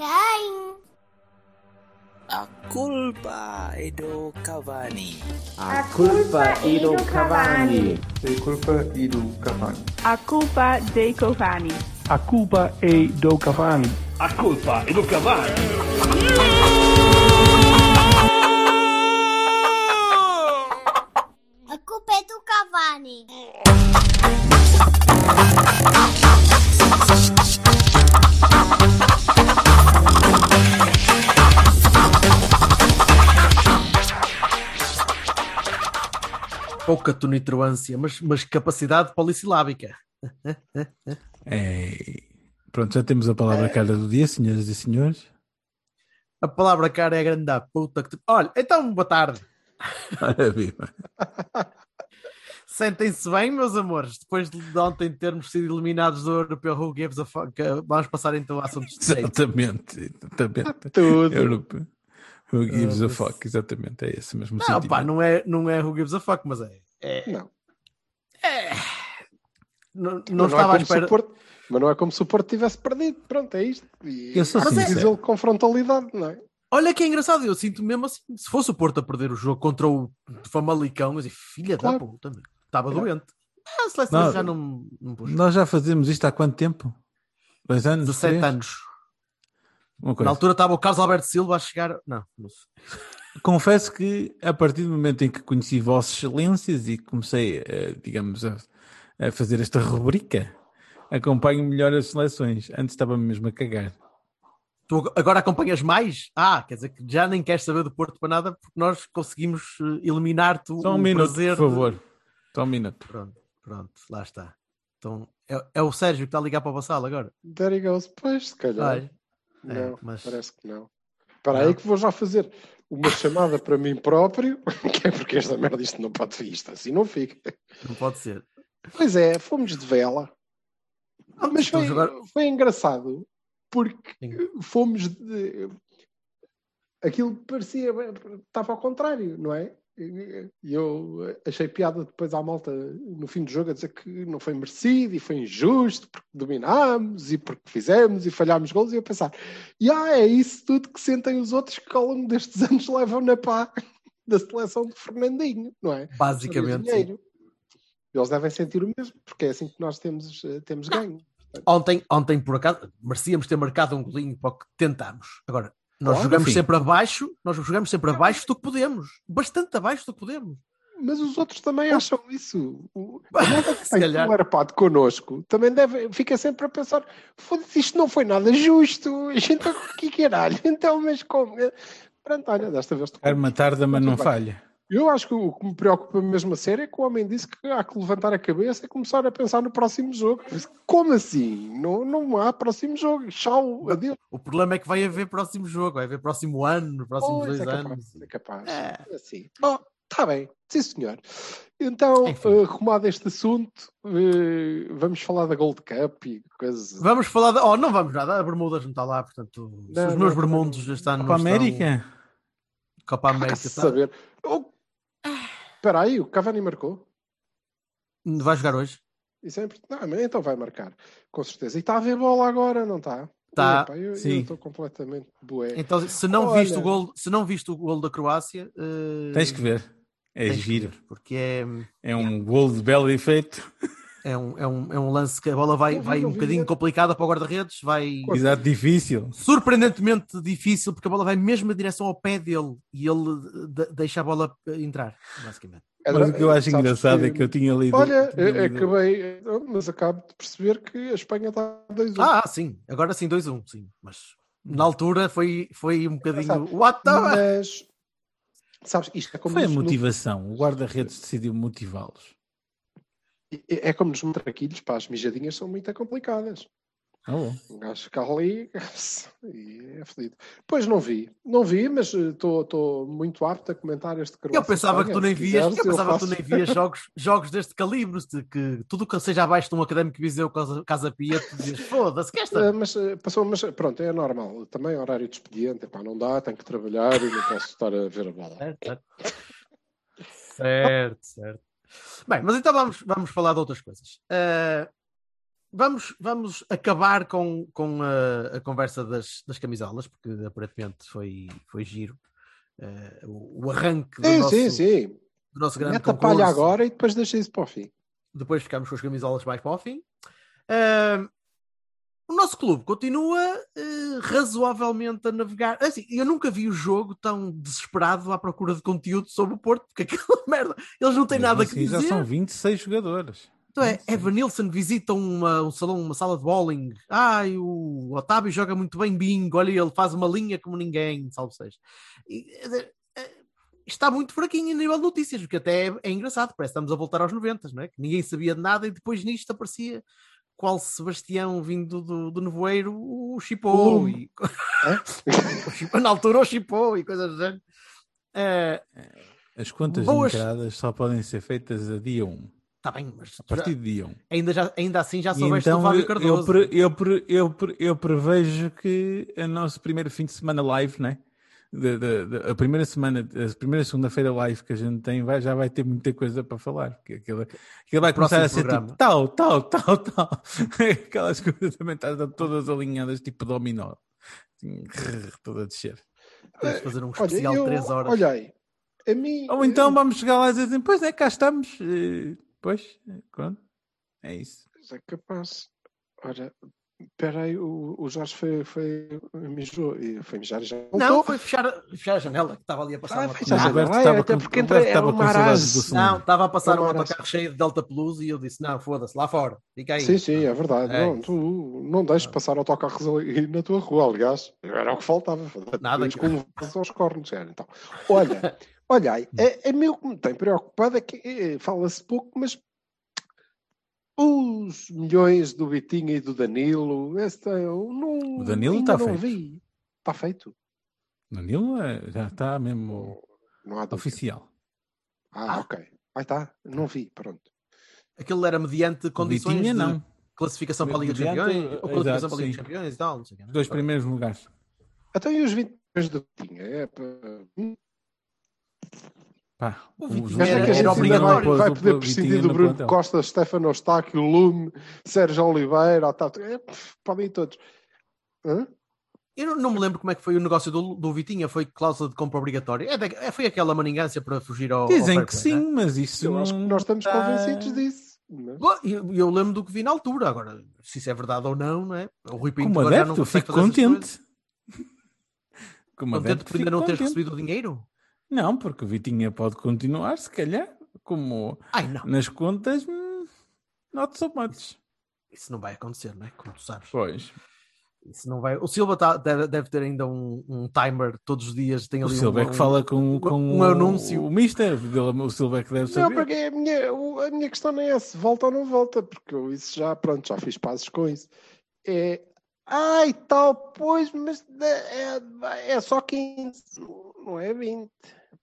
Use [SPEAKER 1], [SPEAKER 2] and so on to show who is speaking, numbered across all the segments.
[SPEAKER 1] Quem?
[SPEAKER 2] A culpa è do Cavani.
[SPEAKER 3] A culpa è do Cavani.
[SPEAKER 4] A culpa è do Cavani.
[SPEAKER 5] A culpa dei Cavani.
[SPEAKER 6] A culpa è do Cavani.
[SPEAKER 7] A culpa è do Cavani.
[SPEAKER 1] A culpa é do Cavani.
[SPEAKER 8] Pouca tonitruância, mas capacidade polissilábica.
[SPEAKER 9] Pronto, já temos a palavra cara do dia, senhoras e senhores.
[SPEAKER 8] A palavra cara é a grande da puta que te... Olha, então, boa tarde.
[SPEAKER 9] Ora, viva.
[SPEAKER 8] Sentem-se bem, meus amores? Depois de ontem termos sido eliminados do Europeu, who gives a fuck? Vamos passar então a assuntos de jeito.
[SPEAKER 9] Exatamente.
[SPEAKER 8] Tudo.
[SPEAKER 9] Europeu. Who gives a fuck, exatamente, é esse mesmo
[SPEAKER 8] Não, pá, não é who gives a fuck, mas
[SPEAKER 3] Não.
[SPEAKER 8] Não estava à espera.
[SPEAKER 3] Mas não é como se o Porto tivesse perdido. Pronto, é isto. E
[SPEAKER 9] Eu sou
[SPEAKER 3] diz ele com frontalidade, não é?
[SPEAKER 8] Olha que é engraçado, eu sinto mesmo assim. Se fosse o Porto a perder o jogo contra o Famalicão, eu dizia, filha da puta, estava doente. A seleção já não puxa.
[SPEAKER 9] Nós já fazemos isto há quanto tempo? 2 anos?
[SPEAKER 8] 17
[SPEAKER 9] 3?
[SPEAKER 8] anos. Na altura estava o Carlos Alberto Silva a chegar. Não sei.
[SPEAKER 9] Confesso que a partir do momento em que conheci Vossas Excelências e comecei, digamos, a fazer esta rubrica, acompanho melhor as seleções. Antes estava-me mesmo a cagar.
[SPEAKER 8] Tu agora acompanhas mais? Quer dizer que já nem queres saber do Porto para nada porque nós conseguimos eliminar-te.
[SPEAKER 9] Só um minuto, por favor. Só um minuto.
[SPEAKER 8] Pronto, lá está. Então é o Sérgio que está a ligar para o Vassal agora.
[SPEAKER 3] There he goes. Pois, se calhar. Não, parece que não. Espera aí que vou já fazer uma chamada para mim próprio, que é porque esta merda isto não pode ser isto, assim não fica.
[SPEAKER 8] Não pode ser.
[SPEAKER 3] Pois é, fomos de vela. Mas foi engraçado, porque fomos de... Aquilo parecia... Estava ao contrário, não é? E eu achei piada depois à malta no fim do jogo a dizer que não foi merecido e foi injusto porque dominámos e porque fizemos e falhámos golos, e eu pensar é isso tudo que sentem os outros que ao longo destes anos levam na pá da seleção de Fernandinho, não é?
[SPEAKER 8] Basicamente, sim.
[SPEAKER 3] Eles devem sentir o mesmo, porque é assim que nós temos ganho.
[SPEAKER 8] Ontem, por acaso, merecíamos ter marcado um golinho para o que tentámos. Agora, nós jogamos sempre abaixo do que podemos. Bastante abaixo do que podemos.
[SPEAKER 3] Mas os outros também acham isso. Se calhar o arpado connosco também fica sempre a pensar, foda-se, isto não foi nada justo. Então, que caralho? Então, mas como? Pronto, olha, desta vez...
[SPEAKER 9] Arma tarda, mas não falha.
[SPEAKER 3] Eu acho que o que me preocupa mesmo a sério é que o homem disse que há que levantar a cabeça e começar a pensar no próximo jogo. Como assim? Não há próximo jogo. Tchau, adeus.
[SPEAKER 8] O problema é que vai haver próximo jogo, vai haver próximo ano, próximos 2 anos.
[SPEAKER 3] É capaz. Assim. Bom, está bem. Sim, senhor. Então, arrumado este assunto, vamos falar da Gold Cup e coisas.
[SPEAKER 8] Vamos falar não vamos nada, a Bermudas não está lá, portanto, os meus Bermundos já estão...
[SPEAKER 9] Copa América?
[SPEAKER 8] Copa América.
[SPEAKER 3] Saber. Espera aí, o Cavani marcou?
[SPEAKER 8] Vai jogar hoje?
[SPEAKER 3] Então vai marcar, com certeza. E está a ver bola agora, não está?
[SPEAKER 8] Está.
[SPEAKER 3] Eu estou completamente bué.
[SPEAKER 8] Então, se não viste o gol da Croácia,
[SPEAKER 9] tens que ver. É giro,
[SPEAKER 8] porque
[SPEAKER 9] é um gol de belo efeito.
[SPEAKER 8] É um lance que a bola vai um bocadinho complicada para o guarda-redes,
[SPEAKER 9] Exato, difícil.
[SPEAKER 8] Surpreendentemente difícil, porque a bola vai mesmo na direção ao pé dele e ele deixa a bola entrar, basicamente.
[SPEAKER 9] Mas o que eu acho engraçado é que eu tinha lido...
[SPEAKER 3] Acabei, mas acabo de perceber que a Espanha está 2-1.
[SPEAKER 8] Sim, agora sim 2-1, sim. Mas na altura foi um bocadinho... What the...
[SPEAKER 3] Mas, sabes, isto é como...
[SPEAKER 9] Foi a motivação, o guarda-redes decidiu motivá-los.
[SPEAKER 3] É como nos matraquilhos, pá, as mijadinhas são muito complicadas. Um gajo fica ali e é fedido. Pois não vi, mas estou muito apto a comentar este Croácia.
[SPEAKER 8] Eu pensava que tu nem vias, jogos deste calibre, de que tudo que seja abaixo de um Académico Viseu Casa Pia, tu dizias, foda-se, que esta...
[SPEAKER 3] mas pronto, é normal. Também horário de expediente, pá, não dá, tenho que trabalhar e não posso estar a ver a bola.
[SPEAKER 8] Certo. Bem, mas então vamos falar de outras coisas. vamos acabar com a conversa das camisolas, porque aparentemente foi giro. O arranque do nosso grande
[SPEAKER 3] Mete
[SPEAKER 8] concurso.
[SPEAKER 3] a palha agora e depois deixa isso para o fim.
[SPEAKER 8] Depois ficamos com as camisolas mais para o fim. O nosso clube continua razoavelmente a navegar. Assim, eu nunca vi o jogo tão desesperado à procura de conteúdo sobre o Porto, porque aquela merda, eles não têm nada que dizer.
[SPEAKER 9] Já são 26 jogadores.
[SPEAKER 8] Então Evanilson visita um salão, uma sala de bowling. O Otávio joga muito bem bingo. Olha, ele faz uma linha como ninguém, salve seja. Está muito fraquinho a nível de notícias, porque até é engraçado, parece que estamos a voltar aos 90, não é? Que ninguém sabia de nada e depois nisto aparecia qual Sebastião vindo do Nevoeiro, o Chipou. Na altura o Chipou e coisas do género.
[SPEAKER 9] As contas entradas só podem ser feitas a dia 1.
[SPEAKER 8] Está bem, mas
[SPEAKER 9] a partir de dia 1.
[SPEAKER 8] Ainda assim já soubeste
[SPEAKER 9] então,
[SPEAKER 8] do Fábio Cardoso.
[SPEAKER 9] Eu prevejo que o nosso primeiro fim de semana live, né? A primeira segunda-feira live que a gente tem já vai ter muita coisa para falar. Aquilo vai começar a ser programa. Tipo tal. Aquelas coisas também estão todas alinhadas, tipo dominó. Toda a descer.
[SPEAKER 8] Temos de fazer um especial de 3 horas.
[SPEAKER 3] Olha aí. A mim,
[SPEAKER 9] ou então vamos chegar lá e dizer, pois cá estamos. Pois, pronto. É isso.
[SPEAKER 3] É capaz. Ora, espera aí, o Jorge foi mijar e já voltou.
[SPEAKER 8] Não, foi fechar a janela que estava ali a passar uma
[SPEAKER 3] até porque era uma arase.
[SPEAKER 8] Não, estava a passar um autocarro cheio de Delta Plus e eu disse, não, foda-se, lá fora, fica aí.
[SPEAKER 3] Sim, é verdade. Tu não deixes passar autocarros ali na tua rua, aliás. Era o que faltava.
[SPEAKER 8] Nada
[SPEAKER 3] que aos cornos. Então. Olha aí, a mim o que me tem preocupado é que fala-se pouco, mas os milhões do Vitinho e do Danilo,
[SPEAKER 9] o Danilo está feito.
[SPEAKER 3] Vi. Está feito.
[SPEAKER 9] O Danilo já está mesmo
[SPEAKER 3] não há
[SPEAKER 9] oficial.
[SPEAKER 3] Ok. Aí está, não vi, pronto.
[SPEAKER 8] Aquilo era mediante condições
[SPEAKER 9] Vitinha,
[SPEAKER 8] de
[SPEAKER 9] não.
[SPEAKER 8] classificação para a Liga dos Campeões, ou classificação para a Liga dos Campeões e tal, não sei o quê.
[SPEAKER 9] Os 2 primeiros lugares.
[SPEAKER 3] Até e os 20 do Vitinho?
[SPEAKER 8] O Vitinho era obrigatório.
[SPEAKER 3] Vai poder prescindir do Bruno Costa, Stefano Eustáquio, Lume, Sérgio Oliveira, podem ir todos.
[SPEAKER 8] Eu não me lembro como é que foi o negócio do Vitinha. Foi cláusula de compra obrigatória? Foi aquela maningância para fugir ao
[SPEAKER 9] Dizem
[SPEAKER 8] ao
[SPEAKER 9] que sim, né? Mas isso
[SPEAKER 3] eu acho que nós estamos convencidos disso.
[SPEAKER 8] Eu lembro do que vi na altura. Agora, se isso é verdade ou não é? O Rui Pinto
[SPEAKER 9] como
[SPEAKER 8] já não
[SPEAKER 9] consegue fazer contente.
[SPEAKER 8] Contente por ainda não teres recebido o dinheiro?
[SPEAKER 9] Não, porque o Vitinha pode continuar, se calhar, como nas contas, not so much.
[SPEAKER 8] Isso não vai acontecer, não é? Como tu sabes.
[SPEAKER 9] Pois.
[SPEAKER 8] Isso não vai. O Silva deve ter ainda um timer todos os dias. Tem ali
[SPEAKER 9] o Silva que fala com
[SPEAKER 8] um anúncio.
[SPEAKER 9] O Mister, o Silva que deve saber.
[SPEAKER 3] Não, porque a minha questão não é se volta ou não volta, porque eu isso já fiz passos com isso. Pois, mas é só 15, não é 20.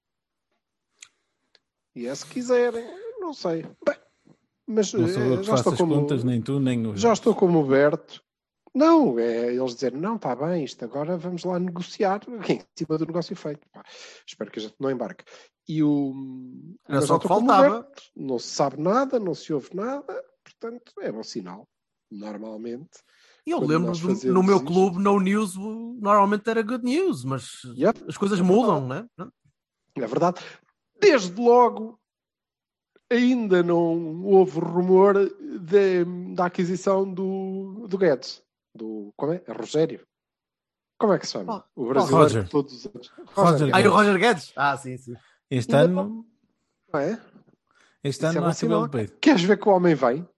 [SPEAKER 3] E é se quiserem, não sei. Bem, mas
[SPEAKER 9] não sou eu que faço as contas, nem tu, nem o...
[SPEAKER 3] Já estou como o Berto. Não, eles dizerem, não, está bem, isto agora vamos lá negociar em cima do negócio feito. Espero que a gente não embarque.
[SPEAKER 8] Era só que faltava.
[SPEAKER 3] Berto, não se sabe nada, não se ouve nada, portanto é bom sinal, normalmente.
[SPEAKER 8] Eu lembro no meu clube, no news, normalmente era good news, mas as coisas mudam, não é?
[SPEAKER 3] É verdade. Desde logo, ainda não houve rumor da aquisição do Guedes. Como é? Rogério. Como é que se chama? O brasileiro de todos os anos.
[SPEAKER 8] O Roger Guedes? Sim.
[SPEAKER 9] Este ano...
[SPEAKER 3] Não é?
[SPEAKER 9] Este ano não há cabelo peito.
[SPEAKER 3] Queres ver que o homem vem?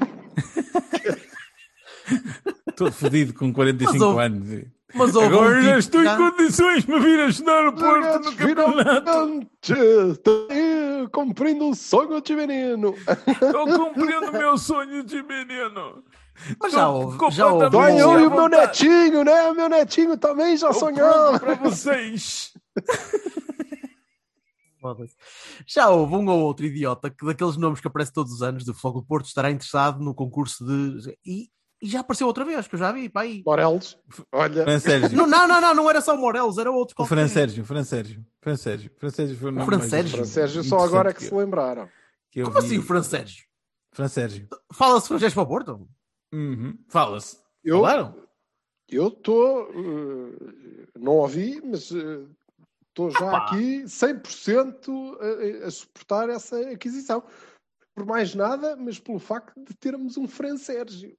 [SPEAKER 9] Todo fodido com 45 anos.
[SPEAKER 8] Mas
[SPEAKER 9] agora já estou em condições de me vir ajudar no Porto no campeonato.
[SPEAKER 3] Cumprindo o sonho de menino.
[SPEAKER 9] Estou cumprindo o meu sonho de menino.
[SPEAKER 8] Mas já houve.
[SPEAKER 3] Eu e o meu netinho, né? Meu netinho também já sonhou.
[SPEAKER 9] Para vocês.
[SPEAKER 8] Já houve um ou outro idiota que daqueles nomes que aparecem todos os anos do Futebol do Porto estará interessado no concurso de... E já apareceu outra vez, que eu já vi, pá aí.
[SPEAKER 3] Morelos, olha.
[SPEAKER 8] Não era só o Morelos, era outro.
[SPEAKER 9] O Fran Sérgio foi o nome.
[SPEAKER 3] O Fran Sérgio só agora que se lembraram.
[SPEAKER 8] Como assim o Fran Sérgio?
[SPEAKER 9] Fran Sérgio.
[SPEAKER 8] Fala-se francês para o Porto?
[SPEAKER 9] Fala-se. Falaram?
[SPEAKER 3] Eu estou... não ouvi, mas estou já aqui 100% a suportar essa aquisição. Por mais nada, mas pelo facto de termos um Fran Sérgio.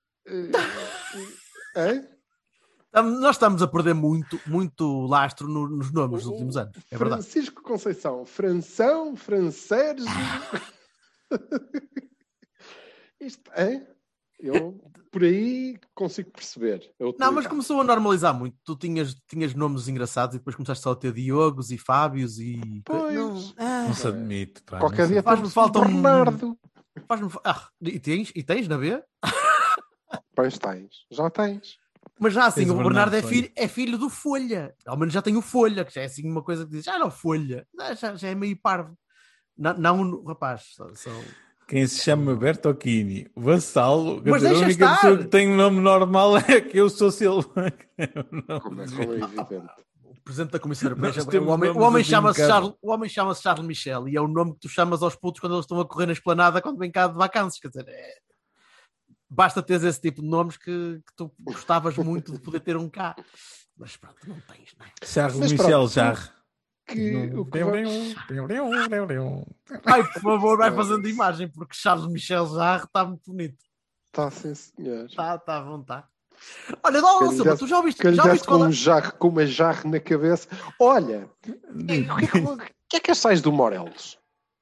[SPEAKER 8] Nós estamos a perder muito lastro nos nomes dos últimos anos. É verdade.
[SPEAKER 3] Francisco Conceição, Franção, Fran Sérgio. Isto, eu por aí consigo perceber.
[SPEAKER 8] Não, mas começou a normalizar muito. Tu tinhas nomes engraçados e depois começaste só a ter Diogos e Fábios e...
[SPEAKER 3] Pois.
[SPEAKER 9] Não se admite. Pá,
[SPEAKER 3] qualquer dia
[SPEAKER 8] faz-me falta um
[SPEAKER 3] Bernardo.
[SPEAKER 8] E tens na B?
[SPEAKER 3] Pois tens. Já tens.
[SPEAKER 8] Mas já assim,
[SPEAKER 9] Tens
[SPEAKER 8] o Bernardo
[SPEAKER 9] Folha.
[SPEAKER 8] é filho do Folha. Ao menos já tem o Folha, que já é assim uma coisa que diz, não, Folha. Já é meio parvo. Não, rapaz, são...
[SPEAKER 9] Quem se chama Bertocchini, Vassalo,
[SPEAKER 8] Mas
[SPEAKER 9] a
[SPEAKER 8] deixa
[SPEAKER 9] única
[SPEAKER 8] estar.
[SPEAKER 9] pessoa que tem um nome normal é que eu sou Silva.
[SPEAKER 3] Como é evidente.
[SPEAKER 8] O presidente da Comissão Europeia,
[SPEAKER 9] Nós temos
[SPEAKER 8] o
[SPEAKER 9] nomes
[SPEAKER 8] homem
[SPEAKER 9] assim
[SPEAKER 8] chama-se
[SPEAKER 9] um bocado.
[SPEAKER 8] Charles Michel e é o nome que tu chamas aos putos quando eles estão a correr na esplanada quando vêm cá de vacanças. Quer dizer, basta teres esse tipo de nomes que tu gostavas muito de poder ter um cá. Mas pronto, não tens, não é?
[SPEAKER 9] Charles
[SPEAKER 3] Mas
[SPEAKER 9] Michel
[SPEAKER 3] pronto,
[SPEAKER 9] Jarre.
[SPEAKER 3] O que
[SPEAKER 8] Ai, por favor, vai fazendo imagem, porque Charles Michel Jarre está muito bonito.
[SPEAKER 3] está, sim, senhor.
[SPEAKER 8] Está à vontade. Olha, Dó Silva, tu já ouviste
[SPEAKER 3] Que lhe desse
[SPEAKER 8] qual
[SPEAKER 3] com uma jarre na cabeça. Olha, o que é que sais do Morelos?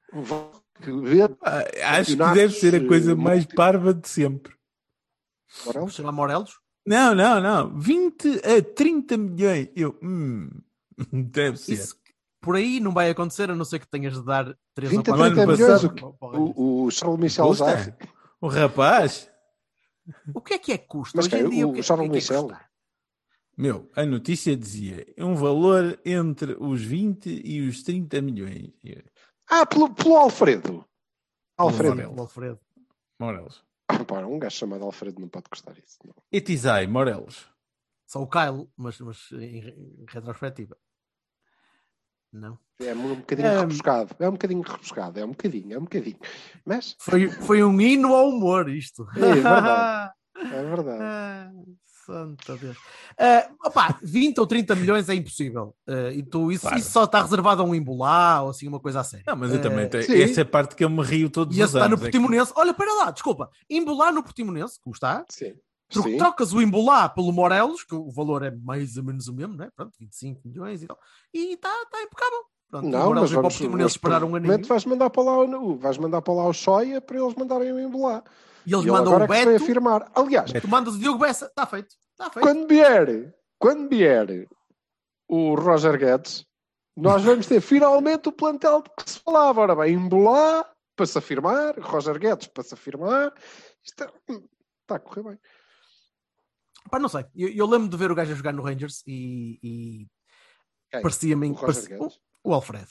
[SPEAKER 9] Acho que deve ser a coisa mais parva de sempre.
[SPEAKER 3] Morelos?
[SPEAKER 8] Chama Morelos?
[SPEAKER 9] Não. 20 a 30 milhões. Deve ser.
[SPEAKER 8] Isso por aí não vai acontecer, a não ser que tenhas de dar 3 ou
[SPEAKER 3] 20 a
[SPEAKER 8] 4
[SPEAKER 3] 30
[SPEAKER 9] ano
[SPEAKER 3] milhões.
[SPEAKER 9] passado.
[SPEAKER 3] O Charles Michel Jarre.
[SPEAKER 9] Custa? O rapaz.
[SPEAKER 8] O que é que custa?
[SPEAKER 3] Mas
[SPEAKER 8] Hoje em dia, o que
[SPEAKER 3] Charles
[SPEAKER 8] é que
[SPEAKER 3] Michel?
[SPEAKER 8] custa?
[SPEAKER 9] A notícia dizia um valor entre os 20 e os 30 milhões.
[SPEAKER 3] Pelo Alfredo.
[SPEAKER 8] O Alfredo.
[SPEAKER 9] Morelos.
[SPEAKER 3] Pá, um gajo chamado Alfredo não pode custar isso. Não.
[SPEAKER 9] Etizai, Morelos.
[SPEAKER 8] Só o Kyle, mas em retrospectiva. Não.
[SPEAKER 3] É um bocadinho rebuscado. É um bocadinho. Mas
[SPEAKER 8] Foi um hino ao humor isto.
[SPEAKER 3] é verdade. É verdade.
[SPEAKER 8] Santo Deus. 20 ou 30 milhões é impossível. Isso só está reservado a um Embolá ou assim, uma coisa a sério.
[SPEAKER 9] Não, mas eu também tenho.
[SPEAKER 3] sim.
[SPEAKER 9] Essa é a parte que eu me rio todos
[SPEAKER 8] E esse
[SPEAKER 9] os
[SPEAKER 8] está
[SPEAKER 9] anos.
[SPEAKER 8] no Portimonense. Olha, espera lá, desculpa. Embolá no Portimonense, como está?
[SPEAKER 3] Sim.
[SPEAKER 8] Trocas o Embolá pelo Morelos, que o valor é mais ou menos o mesmo, né? Pronto, 25 milhões e tal. E está impecável. Pronto,
[SPEAKER 3] Não,
[SPEAKER 8] o Morelos
[SPEAKER 3] mas
[SPEAKER 8] veio para o Portimonense esperar um aninho.
[SPEAKER 3] vais mandar para lá o Choia para eles mandarem o Embolá.
[SPEAKER 8] E eles
[SPEAKER 3] ele
[SPEAKER 8] mandam
[SPEAKER 3] agora
[SPEAKER 8] o
[SPEAKER 3] é que se vai
[SPEAKER 8] Beto.
[SPEAKER 3] afirmar. Aliás,
[SPEAKER 8] Tu mandas o Diogo Bessa. Está feito.
[SPEAKER 3] quando vier o Roger Guedes, nós vamos ter finalmente o plantel de que se falava. Ora bem, Embolá para se afirmar, Roger Guedes para se afirmar. Isto está a correr bem.
[SPEAKER 8] Pá, não sei. Eu lembro de ver o gajo a jogar no Rangers e parecia-me...
[SPEAKER 3] O Roger Guedes?
[SPEAKER 8] O Alfredo.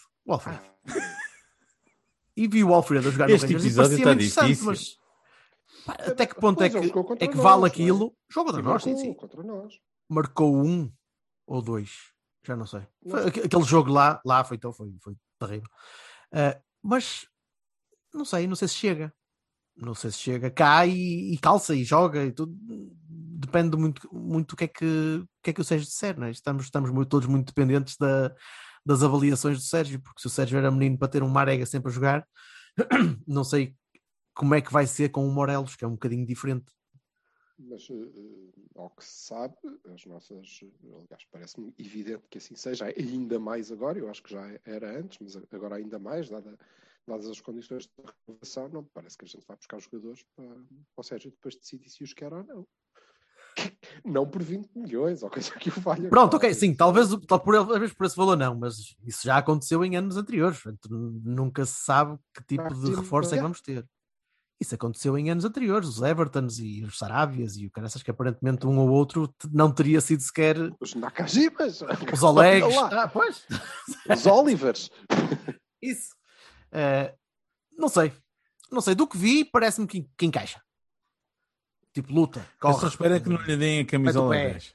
[SPEAKER 8] E vi o Alfredo a jogar no
[SPEAKER 9] Este
[SPEAKER 8] Rangers e
[SPEAKER 9] episódio
[SPEAKER 8] parecia-me
[SPEAKER 9] está
[SPEAKER 8] interessante,
[SPEAKER 9] difícil.
[SPEAKER 8] mas... Até que ponto
[SPEAKER 3] Pois, ele jogou contra
[SPEAKER 8] que
[SPEAKER 3] nós,
[SPEAKER 8] vale
[SPEAKER 3] não é?
[SPEAKER 8] aquilo? Jogo contra nós, sim.
[SPEAKER 3] Contra nós.
[SPEAKER 8] Marcou 1 ou 2. Já não sei. Aquele jogo lá foi terrível. Mas não sei se chega. Não sei se chega cá e calça e joga e tudo. Depende muito do que é que o Sérgio disser, não é? Estamos todos muito dependentes das avaliações do Sérgio, porque se o Sérgio era menino para ter um Marega sempre a jogar, não sei como é que vai ser com o Morelos, que é um bocadinho diferente.
[SPEAKER 3] Mas, ao que se sabe, aliás, parece-me evidente que assim seja, ainda mais agora, eu acho que já era antes, mas agora ainda mais, dadas as condições de renovação, não me parece que a gente vai buscar jogadores para o Sérgio depois decidir se os quer ou não. Não por 20 milhões, ou coisa que o valha.
[SPEAKER 8] Pronto, ok, sim, talvez por esse valor não, mas isso já aconteceu em anos anteriores, portanto, nunca se sabe que tipo de reforço é que vamos ter. Isso aconteceu em anos anteriores, os Evertons e os Saravias e o caraças que aparentemente um ou outro não teria sido sequer...
[SPEAKER 3] Os Nakajimas.
[SPEAKER 8] Os Olegs.
[SPEAKER 3] Pois. Os Olivers.
[SPEAKER 8] Isso. Não sei, do que vi parece-me que encaixa. Tipo, luta, corre.
[SPEAKER 9] Eu só espero que não lhe deem a camisola 10.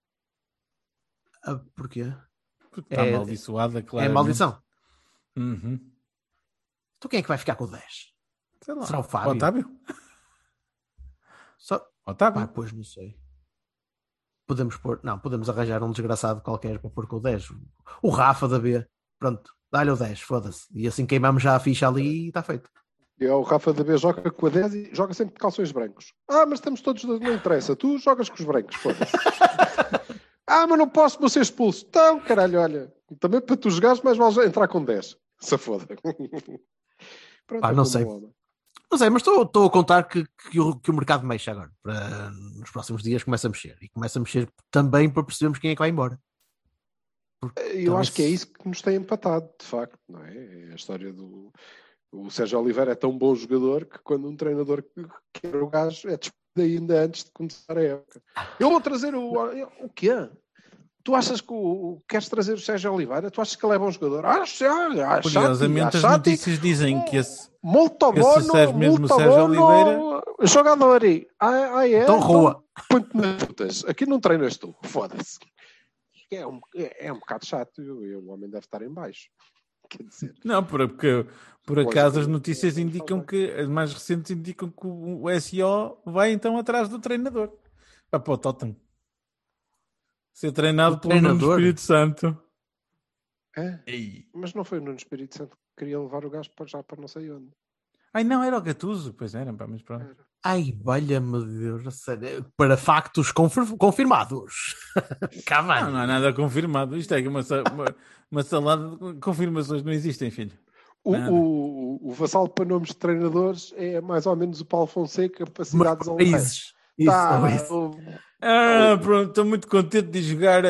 [SPEAKER 8] Porquê?
[SPEAKER 9] Porque está amaldiçoada, claro.
[SPEAKER 8] É maldição.
[SPEAKER 9] Uhum.
[SPEAKER 8] Então quem é que vai ficar com o 10?
[SPEAKER 9] Sei lá.
[SPEAKER 8] Será o Fábio?
[SPEAKER 9] O Otávio? Otávio.
[SPEAKER 8] Pois não sei. Podemos arranjar um desgraçado qualquer para pôr com o 10. O Rafa da B. Pronto, dá-lhe o 10, foda-se. E assim queimamos já a ficha ali e está feito.
[SPEAKER 3] E o Rafa da B joga com a 10 e joga sempre de calções brancos. Mas estamos todos, não interessa. Tu jogas com os brancos, foda-se. Mas não posso, vou ser expulso. Então, caralho, olha. Também para tu jogares, mais vale entrar com 10. Se foda. Pronto,
[SPEAKER 8] não sei. Não sei, mas estou a contar que o mercado mexe agora. Nos próximos dias começa a mexer. E começa a mexer também para percebermos quem é que vai embora.
[SPEAKER 3] Eu acho que é isso que nos tem empatado, de facto, não é? É a história do... O Sérgio Oliveira é tão bom jogador que quando um treinador quer o gajo é despedido ainda antes de começar a época. Eu vou trazer o quê? Tu achas que queres trazer o Sérgio Oliveira? Tu achas que ele é bom jogador?
[SPEAKER 9] Curiosamente, as notícias dizem que esse
[SPEAKER 3] mesmo
[SPEAKER 9] Sérgio Oliveira
[SPEAKER 3] jogador. É?
[SPEAKER 8] Então rua.
[SPEAKER 3] Aqui não treinas tu, foda-se. É um bocado chato. O homem deve estar em baixo. Quer dizer,
[SPEAKER 9] não, porque por acaso as notícias indicam que, as mais recentes indicam que o SIO vai então atrás do treinador. Vai para o Tottenham. Ser treinado pelo Nuno Espírito Santo.
[SPEAKER 3] Mas não foi o Nuno Espírito Santo que queria levar o gajo já para não sei onde.
[SPEAKER 9] Não, era o Gattuso. Pois era, mas pronto.
[SPEAKER 8] Valha-me Deus. Para factos confirmados.
[SPEAKER 9] Não há nada confirmado. Isto é uma salada de confirmações. Não existem, filho.
[SPEAKER 3] O vassalo para nomes de treinadores é mais ou menos o Paulo Fonseca para cidades
[SPEAKER 8] países.
[SPEAKER 9] Pronto, estou muito contente de jogar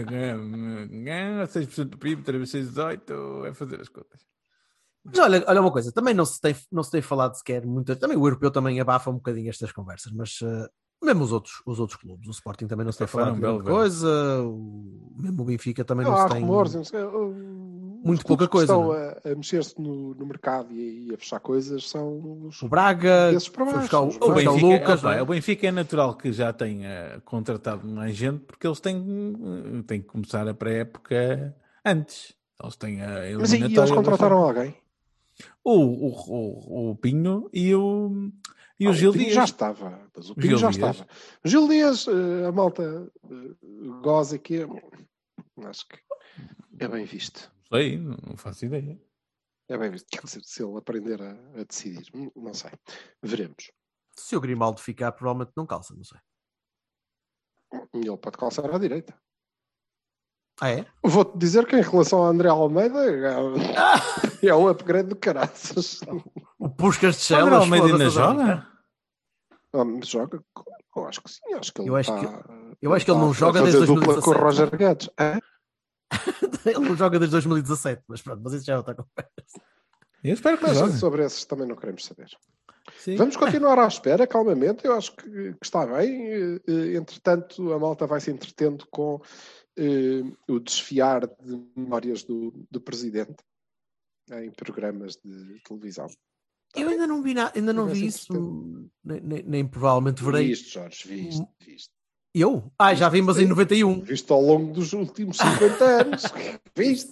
[SPEAKER 9] a 6% do PIB, 3 vezes 18, é fazer as contas.
[SPEAKER 8] Mas olha uma coisa, também não se tem falado sequer muito, também o europeu também abafa um bocadinho estas conversas, mas mesmo os outros clubes, o Sporting também não se tem falado muita coisa, mesmo o Benfica também não se tem...
[SPEAKER 3] rumores,
[SPEAKER 8] muito pouca coisa.
[SPEAKER 3] Estão a mexer-se no mercado e a fechar coisas são
[SPEAKER 8] o Braga,
[SPEAKER 9] o Lucas. O Benfica é natural que já tenha contratado mais gente, porque eles têm que começar a pré-época antes. Eles têm a eliminatória.
[SPEAKER 3] Mas eles contrataram alguém?
[SPEAKER 9] O Pinho e o Gil Dias.
[SPEAKER 3] Já estava. Mas o Pinho já estava. O Gil Dias, a malta goza aqui. Acho que é bem visto.
[SPEAKER 9] Não sei, não faço ideia.
[SPEAKER 3] É bem visto. Quer dizer, se ele aprender a decidir. Não sei. Veremos.
[SPEAKER 8] Se o Grimaldo ficar, provavelmente não calça, não sei.
[SPEAKER 3] Ele pode calçar à direita.
[SPEAKER 8] É?
[SPEAKER 3] Vou-te dizer que em relação a André Almeida é um upgrade do caraças.
[SPEAKER 8] O Puskas de Chelas.
[SPEAKER 9] André Almeida ainda joga?
[SPEAKER 3] Joga? Eu acho que sim.
[SPEAKER 8] Eu acho que ele não joga desde 2017.
[SPEAKER 3] Com o Roger Guedes.
[SPEAKER 8] Ele não joga desde 2017, mas pronto, mas isso já é outra conversa.
[SPEAKER 9] Eu espero que jogue.
[SPEAKER 3] Sobre esses também não queremos saber.
[SPEAKER 9] Sim.
[SPEAKER 3] Vamos continuar à espera, calmamente. Eu acho que está bem. Entretanto, a malta vai se entretendo com o desfiar de memórias do presidente em programas de televisão.
[SPEAKER 8] Eu ainda não vi ainda não vi isso, nem provavelmente verei.
[SPEAKER 3] Viste, Jorge, viste.
[SPEAKER 8] Eu? Já vi, mas em 91.
[SPEAKER 3] Viste ao longo dos últimos 50 anos. Viste?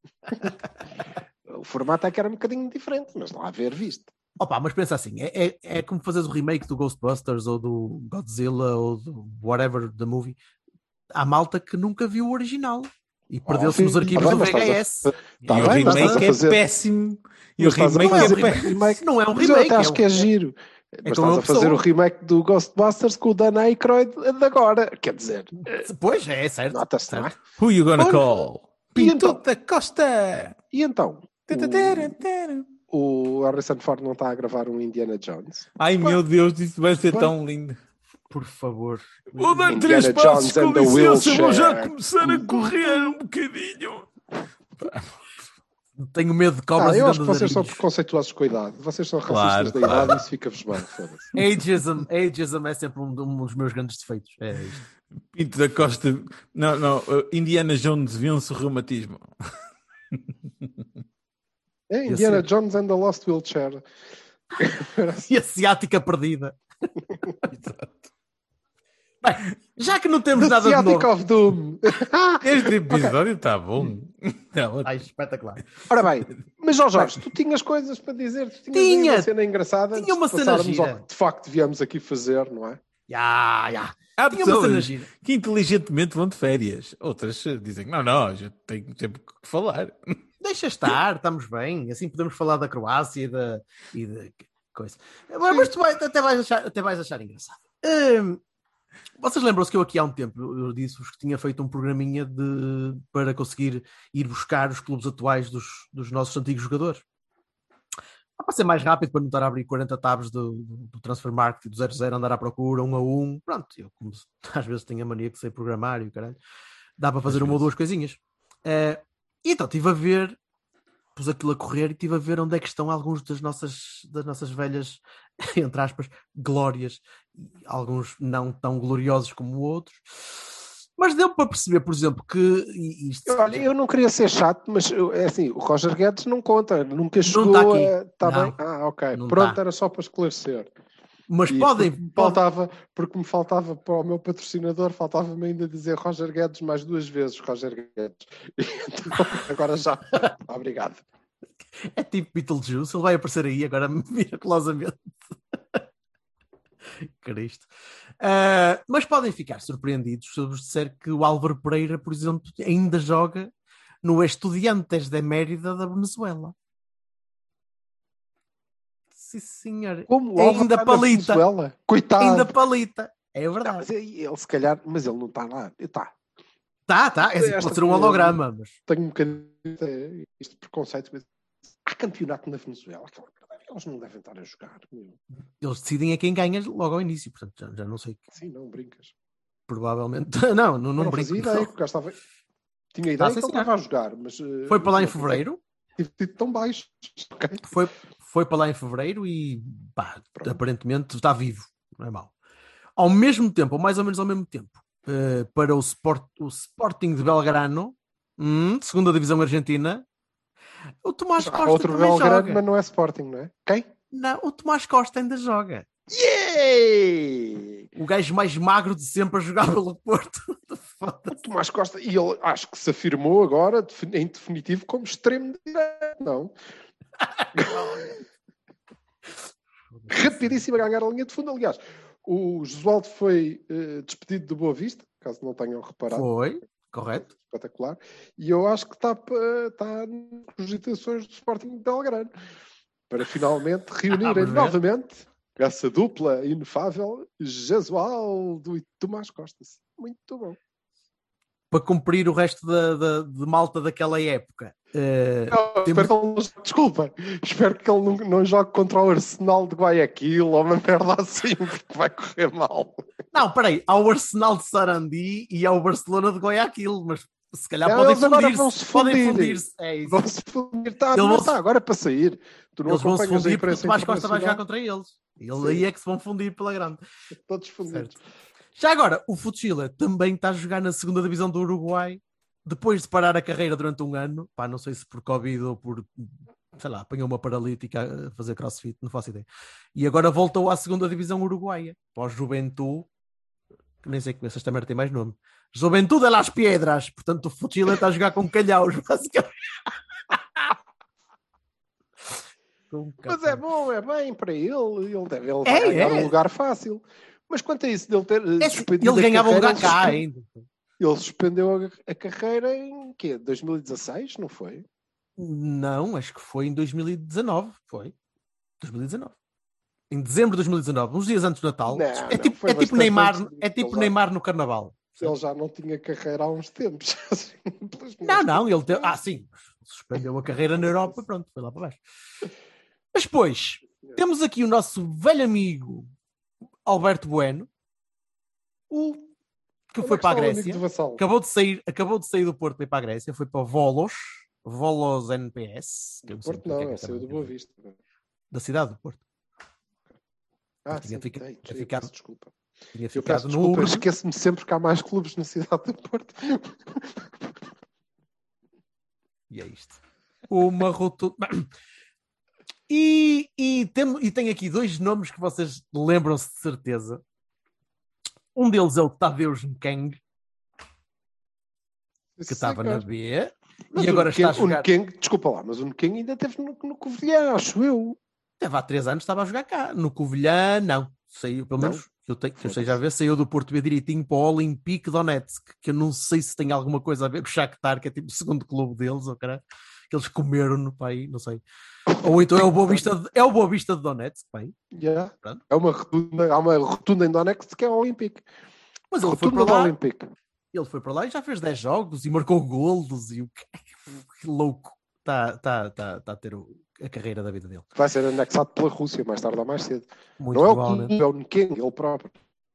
[SPEAKER 3] O formato é que era um bocadinho diferente, mas lá a ver, viste.
[SPEAKER 8] Mas pensa assim, é como fazeres o remake do Ghostbusters ou do Godzilla ou do whatever the movie. Há malta que nunca viu o original e perdeu-se nos arquivos do VHS.
[SPEAKER 9] E o remake é péssimo. E o remake
[SPEAKER 8] não é um remake.
[SPEAKER 3] Eu até acho que é giro. Mas estás a fazer o remake do Ghostbusters com o Dan Aykroyd de agora. Quer dizer...
[SPEAKER 8] Pois, é certo.
[SPEAKER 3] Nota-se, não é?
[SPEAKER 9] Who you gonna call? Pinto da Costa!
[SPEAKER 3] E então? O Harrison Ford não está a gravar um Indiana Jones?
[SPEAKER 9] Ai meu Deus, isso vai ser tão lindo.
[SPEAKER 8] Por favor.
[SPEAKER 9] Vou dar 3 passos, com licença, vou já começar a correr um bocadinho.
[SPEAKER 8] Tenho medo de cobras.
[SPEAKER 3] Eu acho que vocês são preconceituosos com a idade. Vocês são racistas da idade e isso fica-vos bem.
[SPEAKER 8] Ageism é sempre um dos meus grandes defeitos. É isto.
[SPEAKER 9] Pinto da Costa. Não. Indiana Jones vence o reumatismo.
[SPEAKER 3] Indiana Jones and the Lost Wheelchair.
[SPEAKER 8] E a ciática perdida. Bem, já que não temos nada de novo.
[SPEAKER 3] Of Doom.
[SPEAKER 9] Este episódio está bom.
[SPEAKER 8] Espetacular.
[SPEAKER 3] Ora bem, mas Jorge, tu tinhas coisas para dizer? Tu tinha uma cena engraçada.
[SPEAKER 8] Tinha uma cena gira.
[SPEAKER 3] Ao que de facto viemos aqui fazer, não é?
[SPEAKER 9] Há
[SPEAKER 8] Tinha uma cena
[SPEAKER 9] pessoas
[SPEAKER 8] gira.
[SPEAKER 9] que inteligentemente vão de férias. Outras dizem que não, já tenho tempo que falar.
[SPEAKER 8] Deixa estar, estamos bem. Assim podemos falar da Croácia e da coisa. Mas tu até vais achar engraçado. Vocês lembram-se que eu aqui há um tempo eu disse-vos que tinha feito um programinha para conseguir ir buscar os clubes atuais dos nossos antigos jogadores? Para ser mais rápido, para não estar a abrir 40 tabs do Transfer Market, do 0-0, andar à procura, 1 a 1. Pronto, eu como às vezes tenho a mania que sei programar e o caralho. Dá para fazer uma ou duas coisinhas. E então estive a ver, pus aquilo a correr e estive a ver onde é que estão alguns das nossas velhas, entre aspas, glórias. Alguns não tão gloriosos como outros. Mas deu para perceber, por exemplo, que...
[SPEAKER 3] Olha, eu não queria ser chato, mas é assim, o Roger Guedes não conta, nunca chegou
[SPEAKER 8] não está aqui.
[SPEAKER 3] Está bem? Ok.
[SPEAKER 8] Não
[SPEAKER 3] Pronto,
[SPEAKER 8] tá.
[SPEAKER 3] Era só para esclarecer.
[SPEAKER 8] Mas
[SPEAKER 3] Porque me faltava para o meu patrocinador, faltava-me ainda dizer Roger Guedes mais 2 vezes Roger Guedes. Então, agora já. Obrigado.
[SPEAKER 8] É tipo Beetlejuice, ele vai aparecer aí agora miraculosamente. Cristo. Mas podem ficar surpreendidos se eu vos disser que o Álvaro Pereira, por exemplo, ainda joga no Estudiantes de Mérida da Venezuela. Sim, senhor.
[SPEAKER 3] Como o Álvaro
[SPEAKER 8] ainda
[SPEAKER 3] está
[SPEAKER 8] palita.
[SPEAKER 3] na Venezuela? Coitado.
[SPEAKER 8] Ainda palita. É
[SPEAKER 3] Não,
[SPEAKER 8] verdade.
[SPEAKER 3] mas ele se calhar, mas ele não está lá. Está.
[SPEAKER 8] Tá. É assim, pode ser um holograma. Mas...
[SPEAKER 3] Tenho um bocadinho este preconceito. Mas há campeonato na Venezuela. Eles não devem estar a jogar. Meu.
[SPEAKER 8] Eles decidem a quem ganha logo ao início. Portanto, já não sei.
[SPEAKER 3] Sim, não brincas.
[SPEAKER 8] Provavelmente. Não brinco.
[SPEAKER 3] Fazia ideia que o gajo estava... Tinha ideia que ele estava a jogar. Mas,
[SPEAKER 8] foi para lá em fevereiro.
[SPEAKER 3] Tive tão baixo. Okay.
[SPEAKER 8] Foi para lá em fevereiro e pá, aparentemente está vivo. Não é mau. Ao mesmo tempo, ou mais ou menos ao mesmo tempo, para o Sporting de Belgrano, segunda divisão argentina, o Tomás Costa
[SPEAKER 3] outro
[SPEAKER 8] também
[SPEAKER 3] Belgrano,
[SPEAKER 8] joga.
[SPEAKER 3] Mas não é Sporting, não é? Quem?
[SPEAKER 8] Não, o Tomás Costa ainda joga.
[SPEAKER 3] Yay!
[SPEAKER 8] O gajo mais magro de sempre a jogar pelo Porto.
[SPEAKER 3] O Tomás Costa, e ele acho que se afirmou agora, em definitivo, como extremo direito, não? Rapidíssimo a ganhar a linha de fundo. Aliás, o Josualdo foi despedido do Boa Vista, caso não tenham reparado.
[SPEAKER 8] Foi, correto.
[SPEAKER 3] Espetacular. E eu acho que está nas cogitações do Sporting de Belgrano para finalmente reunirem novamente essa dupla inefável, Jesualdo e Tomás Costa. Muito bom.
[SPEAKER 8] Para cumprir o resto de malta daquela época.
[SPEAKER 3] Espero que ele não jogue contra o Arsenal de Guayaquil ou uma merda assim, porque vai correr mal.
[SPEAKER 8] Não, peraí, há o Arsenal de Sarandi e há o Barcelona de Guayaquil, mas se calhar podem fundir-se. É isso.
[SPEAKER 3] Vão se fundir. Está agora para sair.
[SPEAKER 8] Eles vão se fundir porque o Tomás Costa vai jogar contra eles. Aí é que se vão fundir pela grande.
[SPEAKER 3] Todos fundidos.
[SPEAKER 8] Já agora, o Futchila também está a jogar na segunda divisão do Uruguai, depois de parar a carreira durante um ano. Pá, não sei se por Covid ou por, sei lá, apanhou uma paralítica a fazer crossfit, não faço ideia. E agora voltou à segunda divisão uruguaia, para o Juventude, que nem sei se esta merda tem mais nome. Juventude de las Piedras. Portanto, o Futchila está a jogar com calhaus, basicamente.
[SPEAKER 3] Mas é bom, é bem para ele. Ele vai ganhar um lugar fácil. Mas quanto a isso dele ter suspendido
[SPEAKER 8] ele ganhava
[SPEAKER 3] carreira,
[SPEAKER 8] um lugar cá ainda.
[SPEAKER 3] Ele suspendeu a carreira em quê? 2016, não foi?
[SPEAKER 8] Não, acho que foi em 2019. Foi. 2019. Em dezembro de 2019, uns dias antes do Natal. É tipo Neymar no Carnaval.
[SPEAKER 3] Ele já não tinha carreira há uns tempos.
[SPEAKER 8] Não, ele teve... sim, suspendeu a carreira na Europa, pronto, foi lá para baixo. Mas depois, temos aqui o nosso velho amigo Alberto Bueno, que foi para a Grécia. Acabou de sair do Porto para ir para a Grécia, foi para Volos NPS.
[SPEAKER 3] Do Porto não, saiu do Boa Vista.
[SPEAKER 8] Da cidade do Porto.
[SPEAKER 3] Tinha ficado, desculpa.
[SPEAKER 8] No...
[SPEAKER 3] Esqueço-me sempre que há mais clubes na cidade do Porto.
[SPEAKER 8] E é isto. Uma rotunda. E tem aqui dois nomes que vocês lembram-se de certeza. Um deles é o Tadeusz Nkeng, que estava na B.
[SPEAKER 3] Mas
[SPEAKER 8] e agora está a jogar...
[SPEAKER 3] Desculpa lá, mas o Nkeng ainda esteve no Covilhã, acho eu.
[SPEAKER 8] Teve há 3 anos, estava a jogar cá. No Covilhã, não. Saiu, pelo menos, que eu sei já ver, saiu do Porto B direitinho para o Olympique Donetsk, que eu não sei se tem alguma coisa a ver com o Shakhtar, que é tipo o segundo clube deles, ou caralho, que eles comeram-no, pá, aí, não sei. Ou então é o Boa Vista de Donetsk, pá, aí.
[SPEAKER 3] Yeah. Há uma rotunda em Donetsk que é o Olympique.
[SPEAKER 8] Mas ele foi para lá e já fez 10 jogos e marcou golos e que louco. Está a ter a carreira da vida dele.
[SPEAKER 3] Vai ser anexado pela Rússia mais tarde ou mais cedo.
[SPEAKER 8] Muito
[SPEAKER 3] não é o clube, é o Nkeng, ele próprio.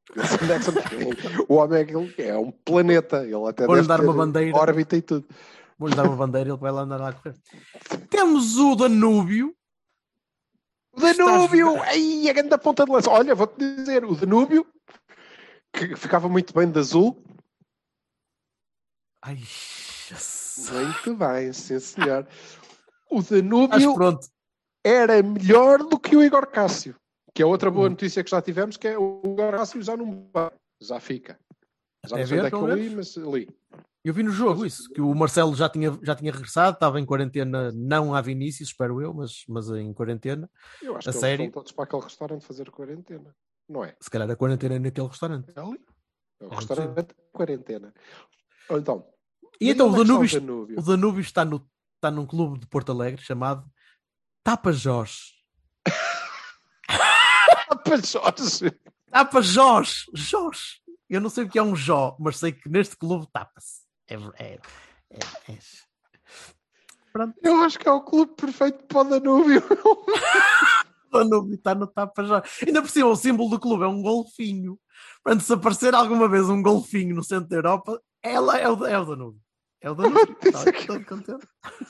[SPEAKER 3] O homem é um planeta. Ele até
[SPEAKER 8] vou-lhe
[SPEAKER 3] deve
[SPEAKER 8] dar
[SPEAKER 3] ter
[SPEAKER 8] uma bandeira,
[SPEAKER 3] órbita e tudo.
[SPEAKER 8] Vou-lhe dar uma bandeira e ele vai lá andar lá a correr. Temos o Danúbio.
[SPEAKER 3] O Danúbio! Aí, a grande ponta de lança. Olha, vou-te dizer, o Danúbio, que ficava muito bem de azul.
[SPEAKER 8] Ai,
[SPEAKER 3] muito bem, sim senhor. O Danúbio
[SPEAKER 8] pronto.
[SPEAKER 3] Era melhor do que o Igor Cássio, que é outra boa notícia que já tivemos, que é o Igor Cássio já não vai, já fica. Já não sei onde é que eu li, mas li.
[SPEAKER 8] Eu vi no jogo isso, que o Marcelo já tinha regressado, estava em quarentena, não a Vinícius, espero eu, mas em quarentena.
[SPEAKER 3] Eu acho
[SPEAKER 8] a
[SPEAKER 3] que
[SPEAKER 8] sério.
[SPEAKER 3] Eles estão todos para aquele restaurante fazer quarentena, não é?
[SPEAKER 8] Se calhar a quarentena é naquele restaurante.
[SPEAKER 3] É ali. É o restaurante de quarentena. Então,
[SPEAKER 8] e então o Danúbio está num clube de Porto Alegre chamado Tapajós. Tapajós. Jós. Eu não sei o que é um Jó, mas sei que neste clube tapa-se.
[SPEAKER 3] Pronto. Eu acho que é o clube perfeito para o Danúbio.
[SPEAKER 8] O Danúbio está no Tapajós. Ainda por cima, o símbolo do clube é um golfinho. Portanto, se aparecer alguma vez um golfinho no centro da Europa, é o Danúbio. É o Danúbio. Estou contente.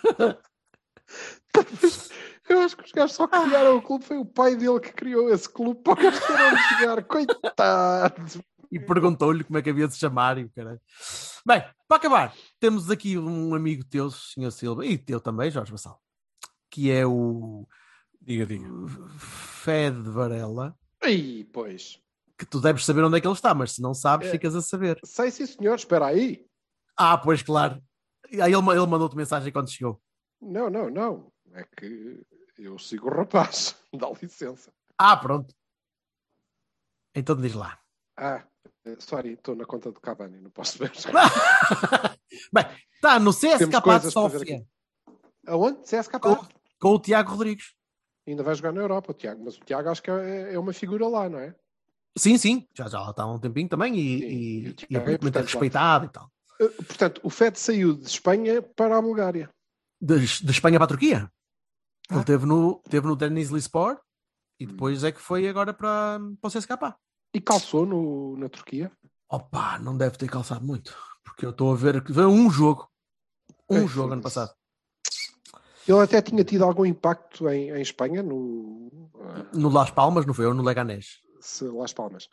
[SPEAKER 3] Eu acho que os gajos só criaram o clube. Foi o pai dele que criou esse clube para os gajos terem de jogar. Coitado.
[SPEAKER 8] E perguntou-lhe como é que havia de se chamar. E o caralho. Bem, para acabar, temos aqui um amigo teu, Sr. Silva, e teu também, Jorge Vassal, que é o...
[SPEAKER 9] Diga.
[SPEAKER 8] Fed Varela.
[SPEAKER 3] Aí, pois.
[SPEAKER 8] Que tu deves saber onde é que ele está, mas se não sabes, ficas a saber.
[SPEAKER 3] Sei sim, senhor. Espera aí.
[SPEAKER 8] Ah, pois, claro. Aí ele mandou-te mensagem quando chegou.
[SPEAKER 3] Não. É que eu sigo o rapaz. Dá licença.
[SPEAKER 8] Ah, pronto. Então diz lá.
[SPEAKER 3] Sorry, estou na conta do Cavani, não posso ver.
[SPEAKER 8] Bem, está no CSKA de Sofia.
[SPEAKER 3] Aonde? CSKA?
[SPEAKER 8] Com o Tiago Rodrigues.
[SPEAKER 3] Ainda vai jogar na Europa, o Tiago. Mas o Tiago acho que é uma figura lá, não é?
[SPEAKER 8] Sim. Já está há um tempinho também e é muito respeitado e tal.
[SPEAKER 3] Portanto, o Fed saiu de Espanha para a Bulgária.
[SPEAKER 8] De Espanha para a Turquia? Ele teve no Denizlispor e depois é que foi agora para o CSKA.
[SPEAKER 3] E calçou na Turquia?
[SPEAKER 8] Opa, não deve ter calçado muito. Porque eu estou a ver que veio um jogo ano passado.
[SPEAKER 3] Ele até tinha tido algum impacto em Espanha no
[SPEAKER 8] Las Palmas, não foi? Ou no Leganés?
[SPEAKER 3] Las Palmas.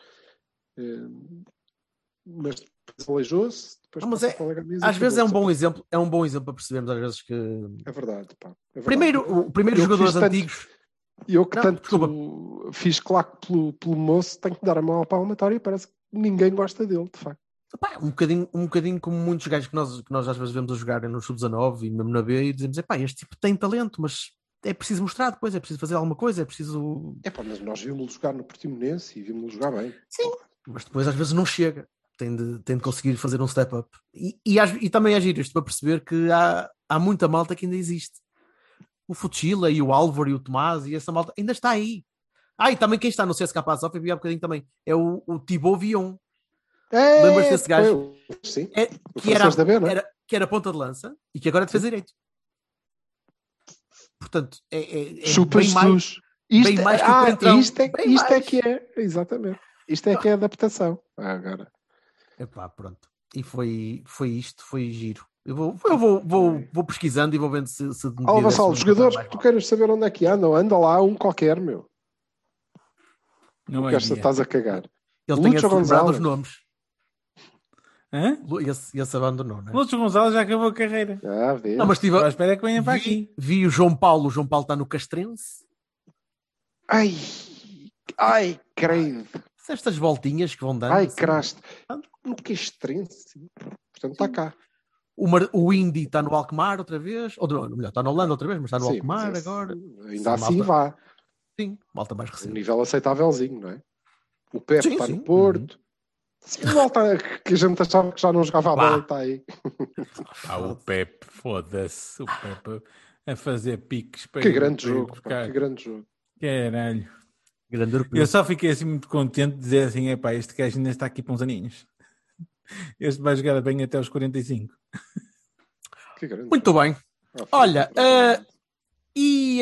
[SPEAKER 3] Mas depois aleijou-se.
[SPEAKER 8] Às vezes é um bom exemplo para percebermos às vezes que...
[SPEAKER 3] É verdade, pá. É verdade.
[SPEAKER 8] Primeiro jogadores antigos...
[SPEAKER 3] Eu que fiz claque pelo moço, tenho que dar a mão ao palmatório e parece que ninguém gosta dele, de facto.
[SPEAKER 8] Epá, um bocadinho como muitos gajos que nós às vezes vemos a jogar no Sub-19 e mesmo na B e dizemos, este tipo tem talento, mas é preciso mostrar depois, é preciso fazer alguma coisa, é preciso...
[SPEAKER 3] mas nós vimos-lo jogar no Portimonense e vimos-lo jogar bem.
[SPEAKER 8] Sim, mas depois às vezes não chega. Tem de conseguir fazer um step up. E também é giro isto para perceber que há muita malta que ainda existe. O Futila e o Álvaro e o Tomás e essa malta ainda está aí. E também quem está no CSKA Sofia, vi há bocadinho também, é o Thibaut Vion. Lembras-te desse gajo?
[SPEAKER 3] Sim.
[SPEAKER 8] Que era ponta de lança e que agora é defesa direito. Portanto, é bem mais, bem mais que o Coentrão.
[SPEAKER 3] Isto é que é, exatamente. Isto é que é adaptação. Agora.
[SPEAKER 8] Epá, pronto. E foi isto, foi giro. Eu vou pesquisando e vou vendo se
[SPEAKER 3] Vassal, os jogadores que tu queres saber onde é que andam, anda lá um qualquer, meu.
[SPEAKER 9] Não
[SPEAKER 3] é que estás a cagar.
[SPEAKER 8] Ele tem lembrado os nomes.
[SPEAKER 9] Hã?
[SPEAKER 8] Esse abandonou, não é?
[SPEAKER 9] Lúcio Gonçalves já acabou a carreira.
[SPEAKER 8] Não, mas estive
[SPEAKER 9] espera que venha para aqui.
[SPEAKER 8] Vi o João Paulo está no Castrense.
[SPEAKER 3] Ai, creio.
[SPEAKER 8] Estas voltinhas que vão dando.
[SPEAKER 3] Ai, craste. No Castrense. Portanto, está cá.
[SPEAKER 8] O Indy está no Alkmaar outra vez. Melhor, está na Holanda outra vez, mas está no Alkmaar agora.
[SPEAKER 3] Ainda assim vá.
[SPEAKER 8] Sim, malta mais recente.
[SPEAKER 3] Um nível aceitávelzinho, não é? O Pepe está no Porto. Sim, volta que a gente achava que já não jogava a bola e está aí.
[SPEAKER 9] O Pepe, foda-se. O Pepe a fazer piques.
[SPEAKER 3] Que grande jogo. Que grande jogo.
[SPEAKER 9] Caralho.
[SPEAKER 8] Grande
[SPEAKER 9] eu só fiquei assim muito contente de dizer assim, este gajo ainda está aqui para uns aninhos. Este vai jogar bem até aos 45.
[SPEAKER 3] Que grande
[SPEAKER 8] muito bem. Olha, o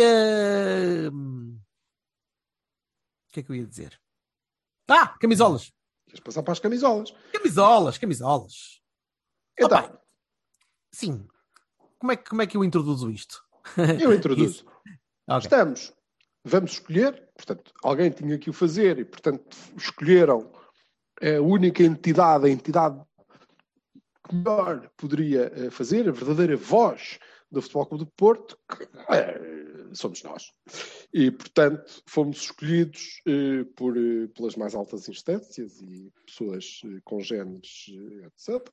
[SPEAKER 8] que é que eu ia dizer? Camisolas.
[SPEAKER 3] Queres passar para as camisolas?
[SPEAKER 8] Camisolas.
[SPEAKER 3] Então.
[SPEAKER 8] Sim. Como é que eu introduzo isto?
[SPEAKER 3] Eu introduzo.
[SPEAKER 8] Okay.
[SPEAKER 3] Vamos escolher, portanto, alguém tinha que o fazer e, portanto, escolheram a única entidade, a entidade que melhor poderia fazer, a verdadeira voz do Futebol Clube do Porto, que somos nós. E, portanto, fomos escolhidos pelas mais altas instâncias e pessoas congêneres, etc.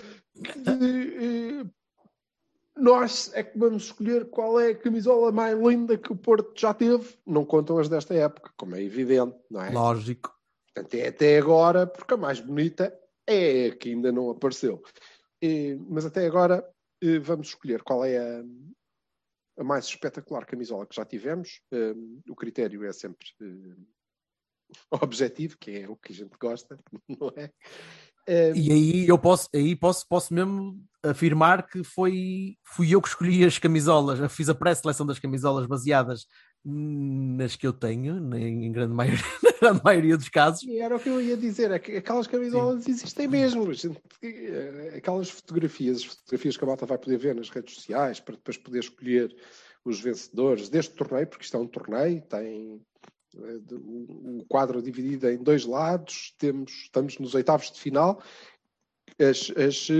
[SPEAKER 3] Nós é que vamos escolher qual é a camisola mais linda que o Porto já teve. Não contam as desta época, como é evidente, não é?
[SPEAKER 8] Lógico.
[SPEAKER 3] Portanto, é até agora, porque a mais bonita é a que ainda não apareceu. Mas até agora vamos escolher qual é a mais espetacular camisola que já tivemos. O critério é sempre objetivo, que é o que a gente gosta, não é?
[SPEAKER 8] E aí eu posso mesmo afirmar que fui eu que escolhi as camisolas. Eu fiz a pré-seleção das camisolas baseadas nas que eu tenho, em grande maioria dos casos.
[SPEAKER 3] E era o que eu ia dizer, aquelas camisolas existem mesmo. Aquelas fotografias que a malta vai poder ver nas redes sociais, para depois poder escolher os vencedores deste torneio, porque isto é um torneio, tem o quadro dividido em 2 lados, estamos nos oitavos de final. As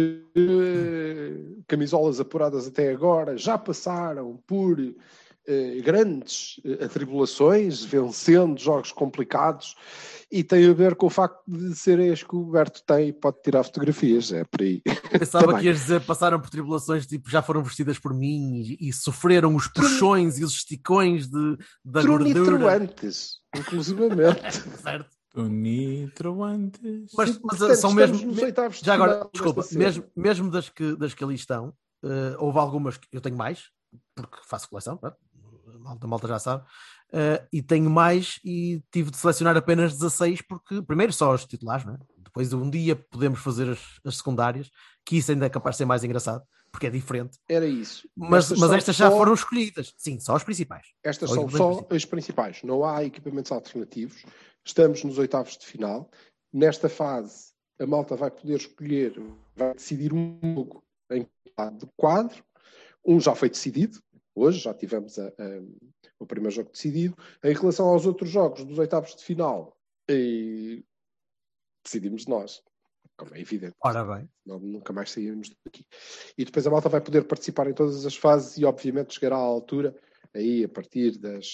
[SPEAKER 3] camisolas apuradas até agora já passaram por grandes atribulações, vencendo jogos complicados, e tem a ver com o facto de ser este que o Berto tem e pode tirar fotografias, é por aí.
[SPEAKER 8] Pensava que ias dizer, passaram por tribulações, tipo, já foram vestidas por mim e sofreram os puxões e os esticões da gordura.
[SPEAKER 3] Antes, inclusivamente.
[SPEAKER 8] Certo.
[SPEAKER 9] O nitro antes.
[SPEAKER 8] Mas
[SPEAKER 3] portanto,
[SPEAKER 8] são mesmo.
[SPEAKER 3] Já
[SPEAKER 8] agora, desculpa, mesmo das que ali estão, houve algumas que eu tenho mais, porque faço coleção, a malta já sabe, e tenho mais e tive de selecionar apenas 16, porque primeiro só os titulares, não é? Depois um dia podemos fazer as secundárias, que isso ainda é capaz de ser mais engraçado, porque é diferente.
[SPEAKER 3] Era isso.
[SPEAKER 8] Mas estas já foram escolhidas. Sim, só as principais.
[SPEAKER 3] Estas são só as principais. Não há equipamentos alternativos. Estamos nos oitavos de final. Nesta fase, a malta vai poder escolher, vai decidir um jogo em cada quadro. Um já foi decidido. Hoje já tivemos o primeiro jogo decidido. Em relação aos outros jogos dos oitavos de final, decidimos nós. Como é evidente.
[SPEAKER 8] Ora bem.
[SPEAKER 3] Nunca mais saímos daqui. E depois a malta vai poder participar em todas as fases e, obviamente, chegará à altura, aí a partir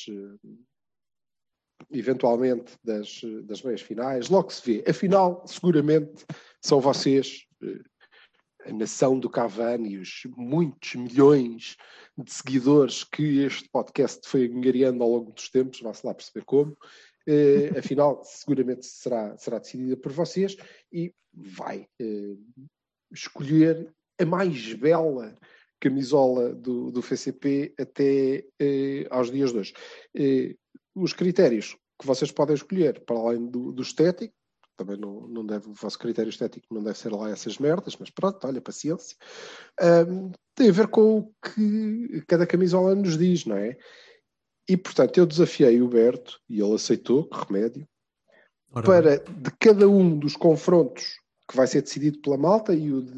[SPEAKER 3] eventualmente das meias finais. Logo se vê. Afinal, seguramente, são vocês, a nação do Cavani, os muitos milhões de seguidores que este podcast foi angariando ao longo dos tempos, vá-se lá perceber como. Afinal, seguramente será decidida por vocês e vai escolher a mais bela camisola do FCP até aos dias de hoje. Os critérios que vocês podem escolher, para além do estético, também não deve, o vosso critério estético não deve ser lá essas merdas, mas pronto, olha, paciência, tem a ver com o que cada camisola nos diz, não é? E, portanto, eu desafiei o Berto, e ele aceitou, que remédio, para, de cada um dos confrontos que vai ser decidido pela malta, e o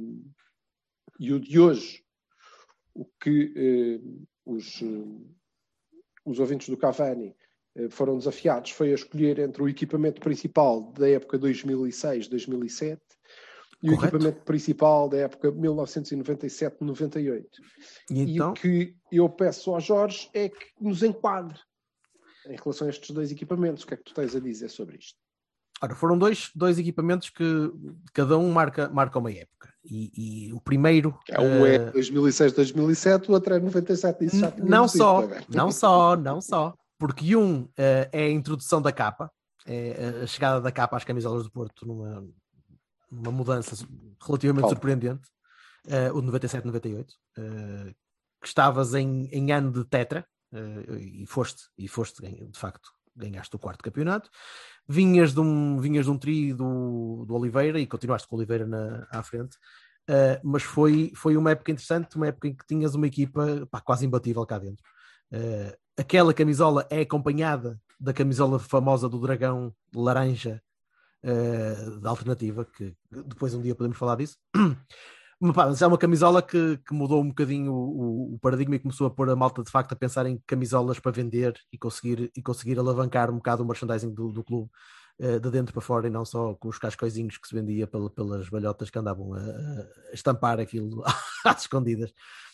[SPEAKER 3] de hoje, o que os ouvintes do Cavani foram desafiados foi a escolher entre o equipamento principal da época 2006-2007 e o equipamento principal da época 1997-98. E o que eu peço ao Jorge é que nos enquadre em relação a estes dois equipamentos. O que é que tu tens a dizer sobre isto?
[SPEAKER 8] Ora, foram dois equipamentos que cada um marca uma época. E o primeiro...
[SPEAKER 3] Um é 2006-2007, o outro é 97. Isso já
[SPEAKER 8] não só. Porque um é a introdução da capa, é a chegada da capa às camisolas do Porto numa mudança relativamente surpreendente, o de 97-98, que estavas em ano de tetra, e foste, de facto, ganhaste o 4º campeonato, vinhas de um trio do Oliveira e continuaste com o Oliveira à frente, mas foi uma época interessante, uma época em que tinhas uma equipa quase imbatível cá dentro. Aquela camisola é acompanhada da camisola famosa do Dragão laranja da Alternativa, que depois um dia podemos falar disso. Mas é uma camisola que mudou um bocadinho o paradigma e começou a pôr a malta de facto a pensar em camisolas para vender e conseguir alavancar um bocado o merchandising do clube de dentro para fora, e não só com os cascoizinhos que se vendia pelas balhotas que andavam a estampar aquilo às escondidas.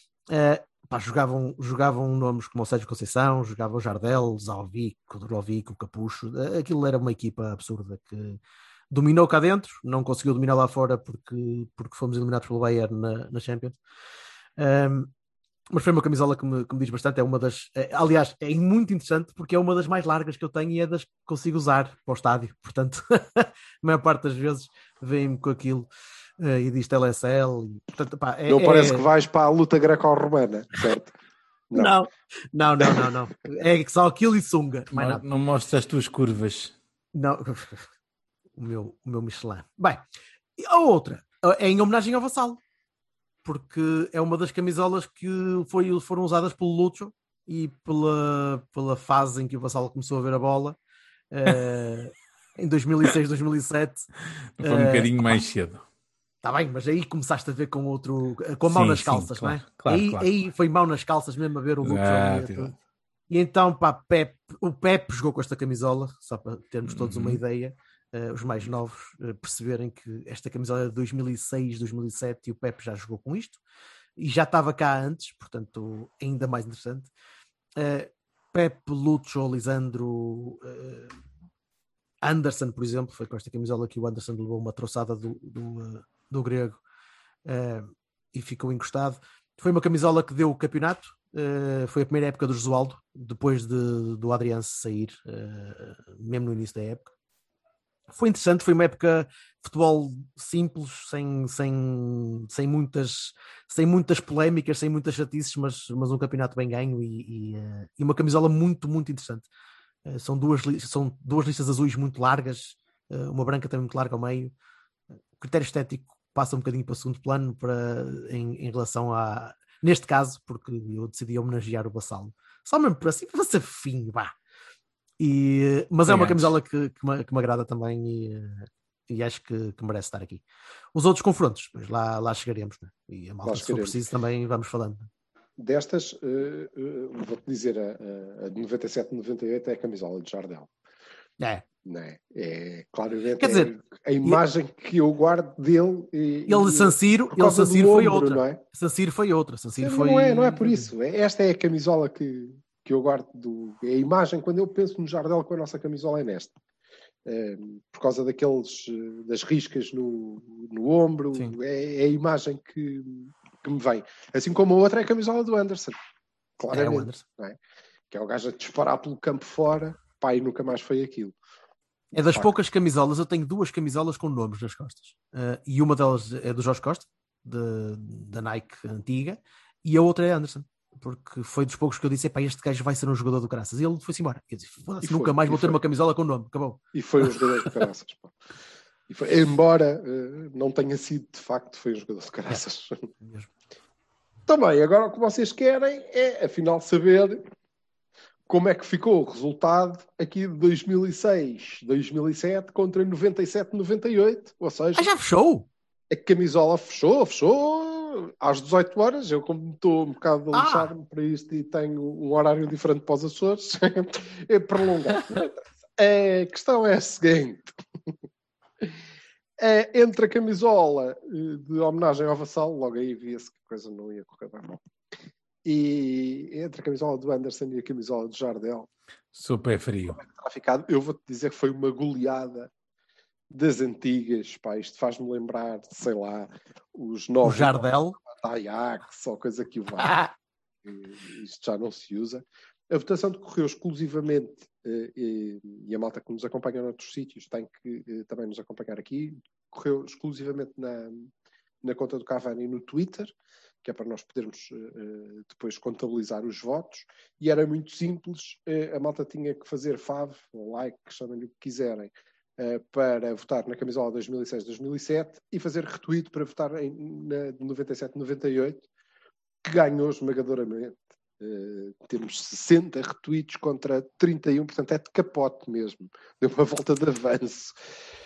[SPEAKER 8] Jogavam nomes como o Sérgio Conceição, jogava o Jardel, o Zalvic, o Drolovic, o Capucho. Aquilo era uma equipa absurda que dominou cá dentro, não conseguiu dominar lá fora porque fomos eliminados pelo Bayern na Champions. Mas foi uma camisola que me diz bastante. É uma das, aliás, é muito interessante porque é uma das mais largas que eu tenho e é das que consigo usar para o estádio. Portanto, a maior parte das vezes vem-me com aquilo e diz TLSL. Portanto,
[SPEAKER 3] não parece que vais para a luta greco-romana, certo?
[SPEAKER 8] Não. É só aquilo e sunga.
[SPEAKER 9] Não mostra as tuas curvas.
[SPEAKER 8] Não. O meu Michelin. Bem, a outra é em homenagem ao Vassalo, porque é uma das camisolas que foram usadas pelo Lucho e pela fase em que o Vassalo começou a ver a bola em 2006, 2007.
[SPEAKER 9] Foi um bocadinho mais cedo.
[SPEAKER 8] Está bem, mas aí começaste a ver com a mão nas calças,
[SPEAKER 9] claro,
[SPEAKER 8] não é?
[SPEAKER 9] Claro.
[SPEAKER 8] Aí foi mão nas calças mesmo a ver o Lucho. E então, o Pepe jogou com esta camisola, só para termos todos uma ideia. Os mais novos perceberem que esta camisola é de 2006, 2007 e o Pepe já jogou com isto e já estava cá antes, portanto ainda mais interessante. Pepe, Lucho, Lisandro, Anderson, por exemplo, foi com esta camisola que o Anderson levou uma troçada do grego e ficou encostado. Foi uma camisola que deu o campeonato, foi a primeira época do Josualdo, depois do Adriano sair, mesmo no início da época. Foi interessante, foi uma época de futebol simples, sem muitas polémicas, sem muitas chatices, mas um campeonato bem ganho e uma camisola muito, muito interessante. São duas listas azuis muito largas, uma branca também muito larga ao meio. O critério estético passa um bocadinho para o segundo plano em relação a... Neste caso, porque eu decidi homenagear o Vassalo. Só mesmo por assim, para ser fofinho, vá. Mas é uma camisola que me agrada também e acho que merece estar aqui. Os outros confrontos, mas lá chegaremos, né? E a malta, se for preciso, também vamos falando.
[SPEAKER 3] Destas, vou-te dizer, a de 97-98 é a camisola de Jardel. É claramente, quer dizer, a imagem que eu guardo dele.
[SPEAKER 8] Ele de San Siro foi outra. Não é? San Siro foi outra.
[SPEAKER 3] Não é por isso. Esta é a camisola que eu guardo é a imagem, quando eu penso no Jardel com a nossa camisola é nesta. Por causa das riscas no ombro, é a imagem que me vem. Assim como a outra é a camisola do Anderson. Claramente.
[SPEAKER 8] É o Anderson.
[SPEAKER 3] Não é? Que é o gajo a disparar pelo campo fora, e nunca mais foi aquilo.
[SPEAKER 8] É das poucas camisolas, eu tenho 2 camisolas com nomes nas costas. E uma delas é do Jorge Costa, da Nike antiga, e a outra é Anderson. Porque foi dos poucos que eu disse, este gajo vai ser um jogador do caraças. E ele foi-se embora. Eu disse, nunca mais vou ter uma camisola com nome. Acabou.
[SPEAKER 3] E foi um jogador do caraças. Embora não tenha sido, de facto, foi um jogador do caraças. Também, agora o que vocês querem é, afinal, saber como é que ficou o resultado aqui de 2006, 2007 contra 97, 98. Ou seja...
[SPEAKER 8] já fechou?
[SPEAKER 3] A camisola fechou às 18 horas. Eu, como estou um bocado a lixar-me para isto e tenho um horário diferente para os Açores, é prolongado. A questão é a seguinte. Entre a camisola de homenagem ao Vassalo, logo aí via-se que a coisa não ia correr bem mal. E entre a camisola do Anderson e a camisola do Jardel,
[SPEAKER 9] sou pé frio.
[SPEAKER 3] Eu vou-te dizer que foi uma goleada das antigas, isto faz-me lembrar, sei lá, os novos...
[SPEAKER 8] O Jardel?
[SPEAKER 3] Ajax, ou coisa que o vai. Isto já não se usa. A votação decorreu exclusivamente e a malta que nos acompanha noutros sítios tem que também nos acompanhar aqui. Correu exclusivamente na conta do Cavani no Twitter, que é para nós podermos depois contabilizar os votos, e era muito simples, a malta tinha que fazer fave, ou like, chamem-lhe o que quiserem, para votar na camisola 2006-2007 e fazer retweet para votar na de 97-98, que ganhou esmagadoramente. Temos 60 retweets contra 31, portanto é de capote mesmo, deu uma volta de avanço.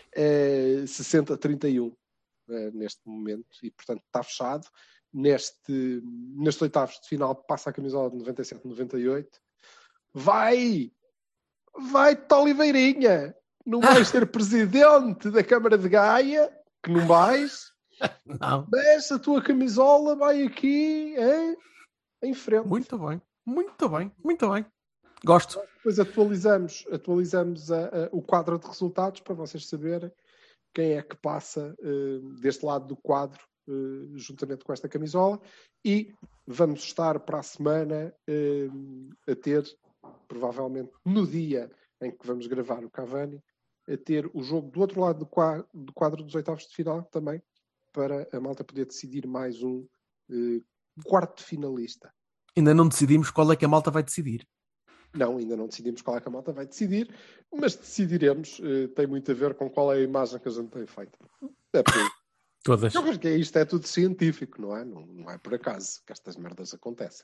[SPEAKER 3] 60-31 neste momento, e portanto está fechado. Nestes oitavos de final passa a camisola de 97-98. Vai Oliveirinha, não vais ser presidente da Câmara de Gaia, que não vais,
[SPEAKER 8] Não.
[SPEAKER 3] mas a tua camisola vai aqui em frente.
[SPEAKER 8] Muito bem, muito bem, muito bem. Gosto.
[SPEAKER 3] Depois atualizamos o quadro de resultados para vocês saberem quem é que passa deste lado do quadro juntamente com esta camisola, e vamos estar para a semana a ter, provavelmente no dia em que vamos gravar o Cavani, a ter o jogo do outro lado do quadro dos oitavos de final também, para a malta poder decidir mais um quarto finalista.
[SPEAKER 8] Ainda não decidimos qual é que a malta vai decidir.
[SPEAKER 3] Não, ainda não decidimos qual é que a malta vai decidir, mas decidiremos. Tem muito a ver com qual é a imagem que a gente tem feito. É por aí.
[SPEAKER 9] Todas.
[SPEAKER 3] Eu acho que isto é tudo científico, não é? Não é por acaso que estas merdas acontecem.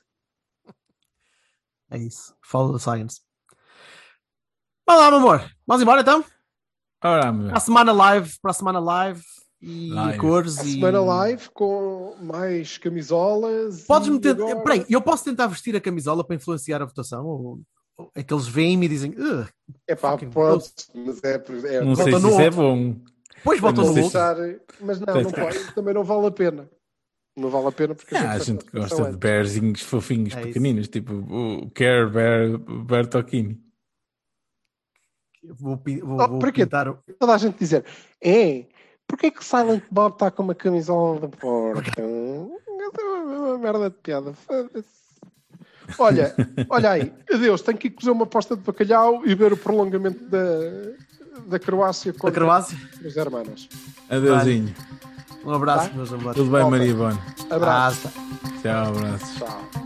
[SPEAKER 8] É isso. Follow the science. Vá lá, meu amor. Vamos embora então?
[SPEAKER 9] Ora, meu.
[SPEAKER 8] Para a semana live e
[SPEAKER 9] Live.
[SPEAKER 8] cores.
[SPEAKER 3] A
[SPEAKER 8] e...
[SPEAKER 3] semana live com mais camisolas.
[SPEAKER 8] Podes
[SPEAKER 3] e
[SPEAKER 8] meter.
[SPEAKER 3] agora...
[SPEAKER 8] Peraí, eu posso tentar vestir a camisola para influenciar a votação? Ou é que eles veem-me e dizem.
[SPEAKER 3] É pá,
[SPEAKER 8] fucking
[SPEAKER 3] pode, mas
[SPEAKER 9] Não sei
[SPEAKER 8] Volta
[SPEAKER 9] se
[SPEAKER 8] no
[SPEAKER 9] isso é
[SPEAKER 8] outro.
[SPEAKER 9] bom.
[SPEAKER 8] Depois voltam
[SPEAKER 9] Não
[SPEAKER 8] no
[SPEAKER 9] sei
[SPEAKER 8] outro.
[SPEAKER 3] mas não pode, também não vale a pena. Não vale a pena porque
[SPEAKER 9] A
[SPEAKER 3] faz
[SPEAKER 9] gente
[SPEAKER 3] a votação
[SPEAKER 9] gosta de
[SPEAKER 3] antes.
[SPEAKER 9] bearzinhos fofinhos
[SPEAKER 8] É isso.
[SPEAKER 9] pequeninos, tipo o Care Bear Tokini.
[SPEAKER 8] Vou
[SPEAKER 3] para quê?
[SPEAKER 8] pintar.
[SPEAKER 3] Toda a gente dizer, porquê que o Silent Bob está com uma camisola da Porta? É uma merda de piada. Foda-se. Olha aí, adeus, tenho que ir cozer uma posta de bacalhau e ver o prolongamento da Croácia
[SPEAKER 8] Da
[SPEAKER 3] contra
[SPEAKER 8] Croácia.
[SPEAKER 3] as hermanas.
[SPEAKER 9] Adeusinho.
[SPEAKER 8] Um abraço,
[SPEAKER 3] Tá?
[SPEAKER 8] meus amores.
[SPEAKER 9] Tudo bem,
[SPEAKER 3] Volta.
[SPEAKER 9] Maria Ivone?
[SPEAKER 3] Abraço.
[SPEAKER 8] Basta.
[SPEAKER 9] Tchau, abraço.
[SPEAKER 3] Tchau.